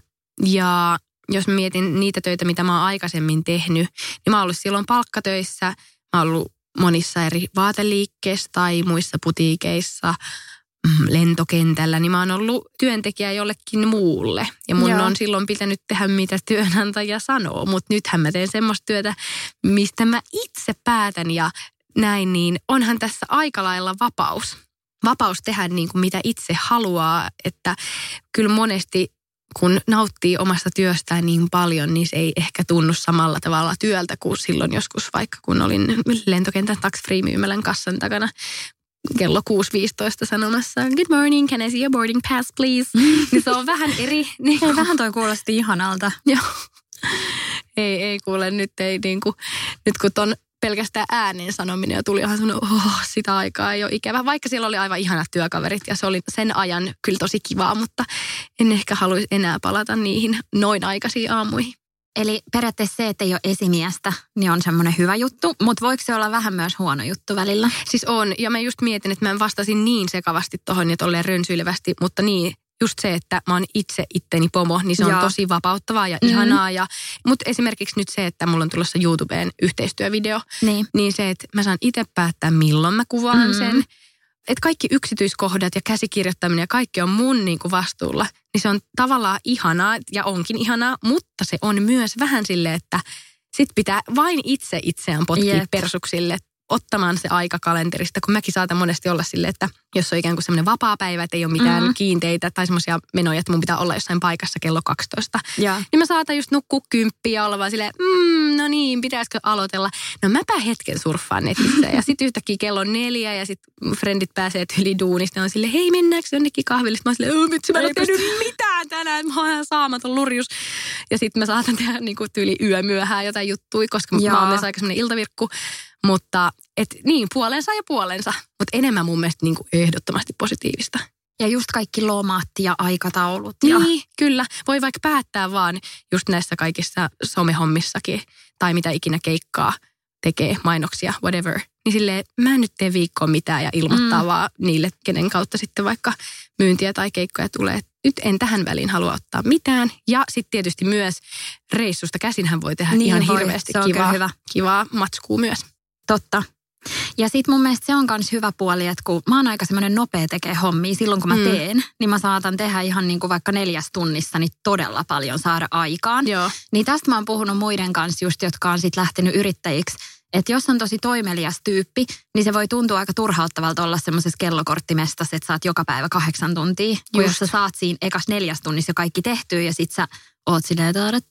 ja jos mä mietin niitä töitä, mitä mä oon aikaisemmin tehnyt, niin mä oon ollut silloin palkkatöissä, mä oon ollut monissa eri vaateliikkeissä tai muissa putiikeissa, lentokentällä, niin mä oon ollut työntekijä jollekin muulle. Ja mun Joo. on silloin pitänyt tehdä, mitä työnantaja sanoo. Mutta nythän mä teen semmoista työtä, mistä mä itse päätän ja näin, niin onhan tässä aika lailla vapaus. Vapaus tehdä niin kuin mitä itse haluaa, että kyllä monesti kun nauttii omasta työstään niin paljon, niin se ei ehkä tunnu samalla tavalla työltä kuin silloin joskus, vaikka kun olin lentokentän tax-free-myymälän kassan takana kello kuusi viisitoista sanomassa, good morning, can I see your boarding pass, please? Mm. Niin se on vähän eri. Niin kuin, vähän toi kuulosti ihanalta. Joo. Ei, ei kuule, nyt ei niin kuin, nyt kun ton pelkästään äänen sanominen ja tuli ihan semmoinen, oh, sitä aikaa ei ole ikävä. Vaikka siellä oli aivan ihanat työkaverit ja se oli sen ajan kyllä tosi kivaa, mutta en ehkä haluaisi enää palata niihin noin aikaisiin aamuihin. Eli periaatteessa se, että ei ole esimiestä, niin on semmoinen hyvä juttu, mutta voiko se olla vähän myös huono juttu välillä? Siis on, ja mä just mietin, että mä vastasin niin sekavasti tohon ja tolleen rönsyilevästi, mutta niin, just se, että mä oon itse itteni pomo, niin se on Joo. tosi vapauttavaa ja mm-hmm. ihanaa. Ja, mutta esimerkiksi nyt se, että mulla on tulossa YouTubeen yhteistyövideo, niin, niin se, että mä saan itse päättää, milloin mä kuvaan mm-hmm. sen. Että kaikki yksityiskohdat ja käsikirjoittaminen ja kaikki on mun niin kuin vastuulla, niin se on tavallaan ihanaa ja onkin ihanaa, mutta se on myös vähän silleen, että sit pitää vain itse itseään potkia Jep. persuksille, ottamaan se aika kalenterista, kun mäkin saatan monesti olla silleen, että jos on ikään kuin semmoinen vapaa päivä, että ei ole mitään mm-hmm. kiinteitä tai semmoisia menoja, että mun pitää olla jossain paikassa kello kaksitoista. Ja. Niin mä saatan just nukkua kymppiä ja olla vaan silleen, mmm, no niin, pitäisikö aloitella? No mäpä hetken surffaan netissä ja sitten yhtäkkiä kello neljä ja sitten frendit pääsee yli duunista ja on silleen, hei mennäänkö jonnekin kahville? Sitten mä oon silleen, vitsi mä en ole tehnyt mitään tänään, mä oon ihan saamaton lurjus. Ja sitten mä saatan tehdä niin kuin tyyli yömyöhään jotain juttuja, koska ja. mä oon myös aika semmoinen iltavirkku. Mutta että niin, puolensa ja puolensa. Mutta enemmän mun mielestä niin kuin ehdottomasti positiivista. Ja just kaikki lomat ja aikataulut. Niin, Ja... kyllä. Voi vaikka päättää vaan just näissä kaikissa somehommissakin tai mitä ikinä keikkaa tekee, mainoksia, whatever. Niin silleen, mä en nyt tee viikkoa mitään ja ilmoittaa mm. vaan niille, kenen kautta sitten vaikka myyntiä tai keikkoja tulee. Nyt en tähän väliin halua ottaa mitään. Ja sitten tietysti myös reissusta käsinhän voi tehdä niin ihan voi. Hirveästi kivaa, hyvä. kivaa matskua myös. Totta. Ja sitten mun mielestä se on myös hyvä puoli, että kun mä oon aika semmoinen nopea tekee hommia, silloin kun mä mm. teen, niin mä saatan tehdä ihan niin kuin vaikka neljäs tunnissa niin todella paljon saada aikaan. Joo. Niin tästä mä oon puhunut muiden kanssa just, jotka on sitten lähtenyt yrittäjiksi. Että jos on tosi toimelias tyyppi, niin se voi tuntua aika turhauttavalta olla semmoisessa kellokorttimestassa, että saat joka päivä kahdeksan tuntia. Kun jos sä saat siinä ekas neljäs tunnissa jo kaikki tehtyä ja sit sä oot silleen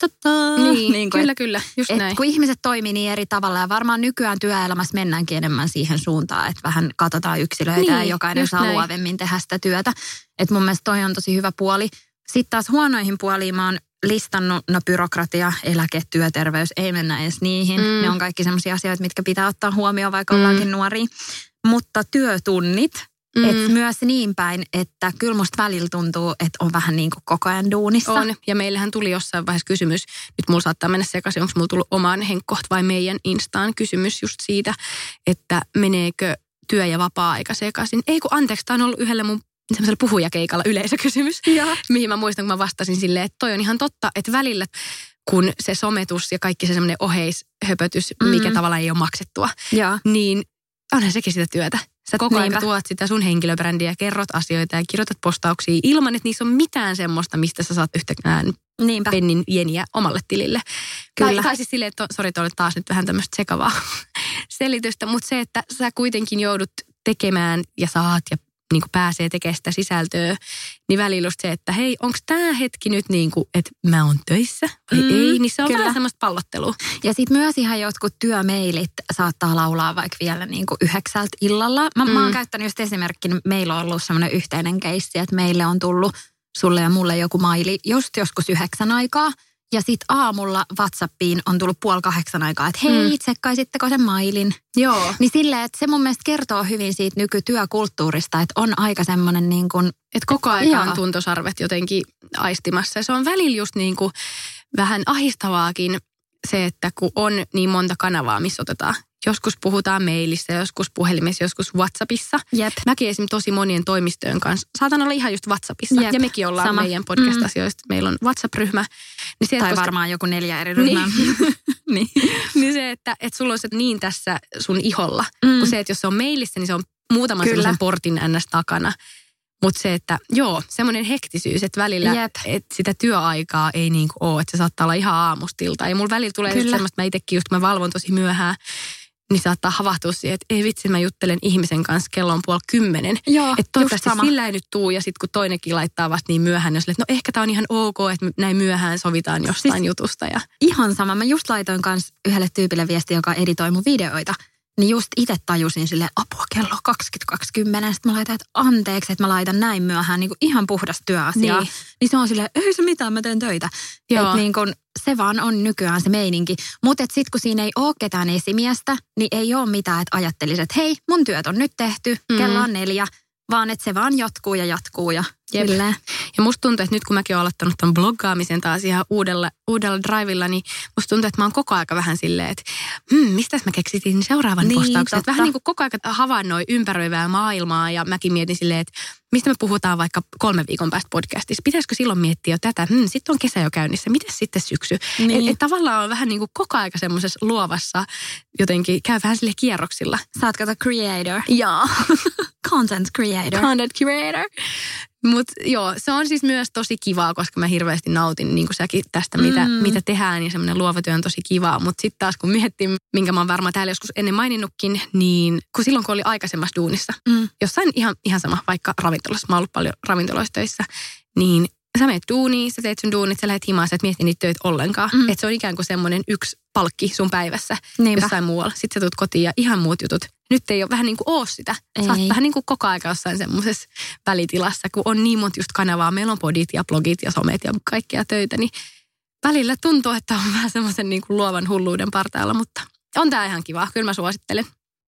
niin, niin kyllä, et, kyllä, just et näin. Kun ihmiset toimii niin eri tavalla ja varmaan nykyään työelämässä mennäänkin enemmän siihen suuntaan, että vähän katsotaan yksilöitä niin, ja jokainen saa näin. Luovemmin tehdä sitä työtä. Että mun mielestä toi on tosi hyvä puoli. Sitten taas huonoihin puoliin mä oon listannut, no byrokratia, eläke, työterveys, ei mennä edes niihin. Mm. Ne on kaikki sellaisia asioita, mitkä pitää ottaa huomioon, vaikka mm. ollaankin nuoria. Mutta työtunnit, mm. että myös niin päin, että kyllä musta välillä tuntuu, että on vähän niin kuin koko ajan duunissa. On, ja meillähän tuli jossain vaiheessa kysymys, nyt mulla saattaa mennä sekaisin, onko mulla tullut omaan Henkkoht vai meidän Instaan kysymys just siitä, että meneekö työ- ja vapaa-aika sekaisin. Ei kun anteeksi, tämä on ollut yhdelle mun semmoisella puhujakeikalla yleisökysymys, ja. mihin mä muistan, kun mä vastasin silleen, että toi on ihan totta, että välillä kun se sometus ja kaikki se semmoinen oheishöpötys, mm. mikä tavallaan ei ole maksettua, ja. niin onhan sekin sitä työtä. Sä koko ajan tuot sitä sun henkilöbrändiä, kerrot asioita ja kirjoitat postauksia ilman, että niissä on mitään semmoista, mistä sä saat yhtäkään Niinpä. pennin jeniä omalle tilille. Kyllä. Tai, tai siis silleen, että sori, toi oli taas nyt vähän tämmöistä sekavaa selitystä, mutta se, että sä kuitenkin joudut tekemään ja saat ja niin kuin pääsee tekemään sitä sisältöä, niin välillä just se, että hei, onko tämä hetki nyt niin kuin, että mä oon töissä vai mm, ei, niin se on kyllä. vähän semmoista pallottelua. Ja sitten myös ihan jotkut työmeilit saattaa laulaa vaikka vielä niin kuin yhdeksältä illalla. Mä, mm. mä oon käyttänyt just esimerkkinä, meillä on ollut semmoinen yhteinen keissi, että meille on tullut sulle ja mulle joku maili just joskus yhdeksän aikaa. Ja sitten aamulla WhatsAppiin on tullut puoli kahdeksan aikaa, että hei, mm. tsekkaisitteko sen mailin? Joo. Niin silleen, että se mun mielestä kertoo hyvin siitä nykytyökulttuurista, että on aika semmoinen niin kuin... Että koko aika on tuntosarvet jotenkin aistimassa. Ja se on välillä just niin kuin vähän ahistavaakin se, että kun on niin monta kanavaa, missä otetaan. Joskus puhutaan mailissa, joskus puhelimessa, joskus WhatsAppissa. Jep. Mäkin esimerkiksi tosi monien toimistojen kanssa saatan olla ihan just WhatsAppissa. Jep. Ja mekin ollaan Sama. meidän podcast-asioista. Mm. Meillä on WhatsApp-ryhmä. Niin se, tai koska... varmaan joku neljä eri ryhmää. Niin. niin. niin se, että, että sulla on se niin tässä sun iholla. Mm. Kun se, että jos se on mailissa, niin se on muutaman sellaisen portin ns. Takana. Mutta se, että joo, semmoinen hektisyys, että välillä että sitä työaikaa ei niin kuin ole, että se saattaa olla ihan aamustilta. Ja mulla välillä tulee just semmoista, mä itsekin just, kun mä valvon tosi myöhään, niin saattaa havahtua siihen, että ei vitsi, mä juttelen ihmisen kanssa, kello on puoli kymmenen. Joo, että toivottavasti sillä ei nyt tuu, ja sitten kun toinenkin laittaa vasta niin myöhään, niin että no ehkä tää on ihan ok, että näin myöhään sovitaan jostain siis jutusta. Ja... Ihan sama. Mä just laitoin kanssa yhdelle tyypille viesti, joka editoi mun videoita. Niin just itse tajusin silleen, apua, kello on kaksikymmentäkaksi kymmenen. Sitten mä laitan, että anteeksi, että mä laitan näin myöhään niin kuin ihan puhdasta työasiaa. Niin. niin se on silleen, ei se mitään, mä teen töitä. Että niin kuin, se vaan on nykyään se meininki. Mutta sitten kun siinä ei ole ketään esimiestä, niin ei ole mitään, että ajattelisi, että hei, mun työt on nyt tehty, mm. kello on neljä. Vaan että se vaan jatkuu ja jatkuu ja silleen. Ja musta tuntuu, että nyt kun mäkin olen aloittanut ton bloggaamisen taas ihan uudella, uudella drivilla, niin musta tuntuu, että mä oon koko aika vähän silleen, että hmm, mistäs mä keksitin seuraavan niin, postauksen. Että vähän niin kuin koko aika havainnoi ympäröivää maailmaa ja mäkin mietin silleen, että mistä me puhutaan vaikka kolme viikon päästä podcastissa. Pitäisikö silloin miettiä jo tätä? Hmm, sitten on kesä jo käynnissä. Miten sitten syksy? Niin. Että et tavallaan on vähän niin kuin koko aika semmoisessa luovassa jotenkin käy vähän sille kierroksilla. Sä oot kato creator. Joo. Content creator. Content creator. Mutta joo, se on siis myös tosi kivaa, koska mä hirveästi nautin, niin kuin säkin, tästä, mitä, mm. mitä tehdään. Ja semmoinen luova työ on tosi kivaa. Mutta sitten taas kun miettii, minkä mä oon varmaan täällä joskus ennen maininnutkin, niin kun silloin kun oli aikaisemmassa duunissa, mm. jossain ihan, ihan sama, vaikka ravintolassa, mä oon ollut paljon ravintoloissa töissä, niin sä menet duuniin, sä teet sun duunit, sä lähdet himaan, sä et mieti niitä töitä ollenkaan. Mm. Että se on ikään kuin semmoinen yksi palkki sun päivässä Niinpä. Jossain muualla. Sitten sä tulet kotiin ja ihan muut jutut. Nyt ei ole vähän niin kuin oo sitä. Sä oot vähän niin kuin koko aika jossain semmoisessa välitilassa, kun on niin monta just kanavaa. Meillä on podit ja blogit ja somet ja kaikkia töitä, niin välillä tuntuu, että on vähän semmoisen niin kuin luovan hulluuden partaalla, mutta on tää ihan kiva. Kyllä mä suosittelen.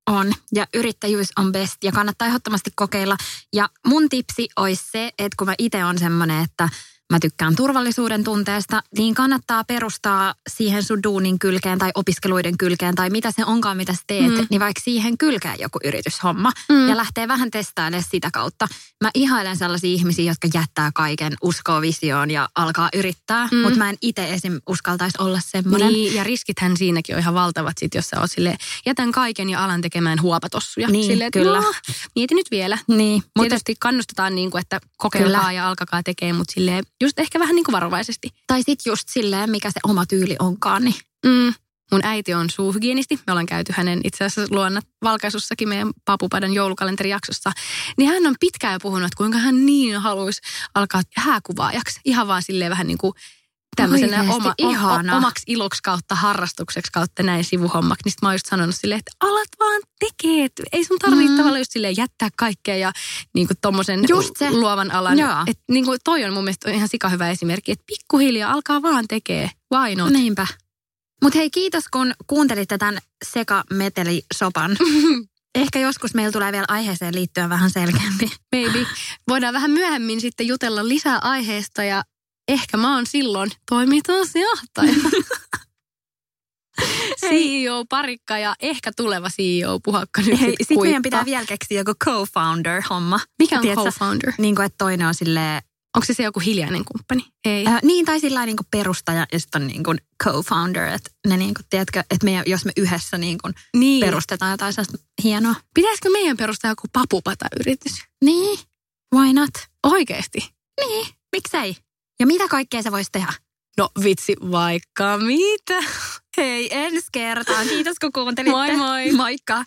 On, ja yrittäjyys on best, ja kannattaa ehdottomasti kokeilla. Ja mun tipsi olisi se, että kun mä itse on semmoinen, että mä tykkään turvallisuuden tunteesta, niin kannattaa perustaa siihen sun duunin kylkeen tai opiskeluiden kylkeen tai mitä se onkaan, mitä sä teet, mm. niin vaikka siihen kylkeen joku yrityshomma mm. ja lähtee vähän testailemaan sitä kautta. Mä ihailen sellaisia ihmisiä, jotka jättää kaiken, uskoo visioon ja alkaa yrittää, mm. mutta mä en itse esim. Uskaltaisi olla semmoinen. Niin, ja riskithän siinäkin on ihan valtavat sit, jos sä oot silleen, jätän kaiken ja alan tekemään huopatossuja. Niin, silleen, kyllä. No, mieti nyt vielä. Niin. Tietysti mutta kannustetaan niin kuin, että kokeilkaa kyllä. ja alkakaa tekemään, mutta silleen just ehkä vähän niin kuin varovaisesti. Tai sitten just silleen, mikä se oma tyyli onkaan. Niin. Mm. Mun äiti on suuhygienisti. Me ollaan käyty hänen itse asiassa luonna valkaisussakin meidän Papupadan joulukalenterijaksossa. Niin hän on pitkään jo puhunut, että kuinka hän niin haluaisi alkaa hääkuvaajaksi. Ihan vaan silleen vähän niin kuin tämmöisenä oma, o, omaksi iloksi kautta harrastukseksi kautta näin sivuhommaksi. Niin sit mä oon just sanonut silleen, että alat vaan tekee. Ei sun tarvitse mm. tavallaan just silleen jättää kaikkea ja niin kuin tommosen luovan alan. Että niin kuin toi on mun mielestä ihan sika hyvä esimerkki, että pikkuhiljaa alkaa vaan tekee. Why not? Niinpä. Mutta hei, kiitos kun kuuntelitte tämän sekametelisopan. Ehkä joskus meillä tulee vielä aiheeseen liittyen vähän selkeämpi. Maybe. Voidaan vähän myöhemmin sitten jutella lisää aiheesta ja ehkä mä oon silloin toimitusjohtaja. C E O-parikka ja ehkä tuleva C E O-puhakka nyt Hei, sit meidän pitää vielä keksiä joku co-founder-homma. Mikä on tiedätkö, co-founder? Niin kuin, että toinen on silleen... Onko se se joku hiljainen kumppani? Ei. Äh, niin, tai sillä niin kuin perustaja ja sitten on niin kuin co-founder. Että ne niin kuin, tiedätkö, että me, jos me yhdessä niin kuin niin. perustetaan jotain sellaista hienoa. Pitäisikö meidän perustaa joku papupata-yritys? Niin, why not? Oikeesti? Niin, miksei? Ja mitä kaikkea se voisi tehdä? No vitsi, vaikka mitä. Hei, ensi kertaan. Kiitos kun kuuntelitte. Moi moi. Moikka.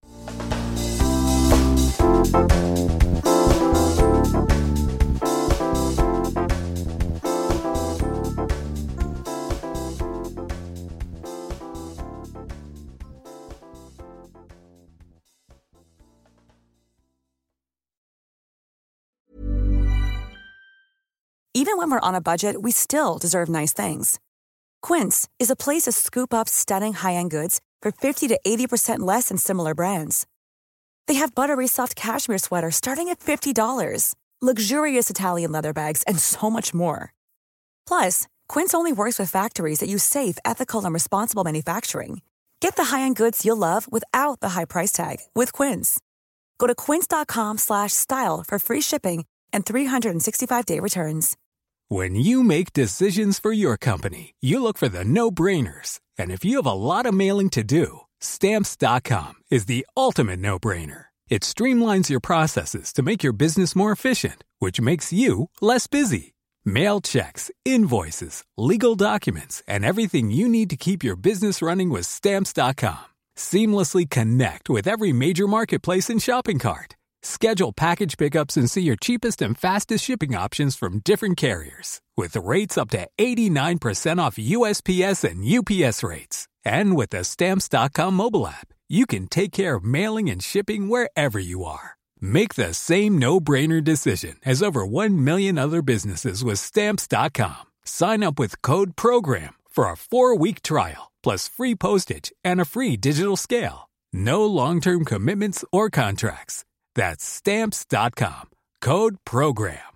Even when we're on a budget, we still deserve nice things. Quince is a place to scoop up stunning high-end goods for fifty to eighty percent less than similar brands. They have buttery soft cashmere sweaters starting at fifty dollars, luxurious Italian leather bags, and so much more. Plus, Quince only works with factories that use safe, ethical, and responsible manufacturing. Get the high-end goods you'll love without the high price tag with Quince. Go to quince.com slash style for free shipping and three sixty-five day returns. When you make decisions for your company, you look for the no-brainers. And if you have a lot of mailing to do, Stamps dot com is the ultimate no-brainer. It streamlines your processes to make your business more efficient, which makes you less busy. Mail checks, invoices, legal documents, and everything you need to keep your business running with Stamps dot com. Seamlessly connect with every major marketplace and shopping cart. Schedule package pickups and see your cheapest and fastest shipping options from different carriers. With rates up to eighty-nine percent off U S P S and U P S rates. And with the Stamps dot com mobile app, you can take care of mailing and shipping wherever you are. Make the same no-brainer decision as over one million other businesses with Stamps dot com. Sign up with code PROGRAM for a four-week trial, plus free postage and a free digital scale. No long-term commitments or contracts. That's Stamps dot com. Code PROGRAM.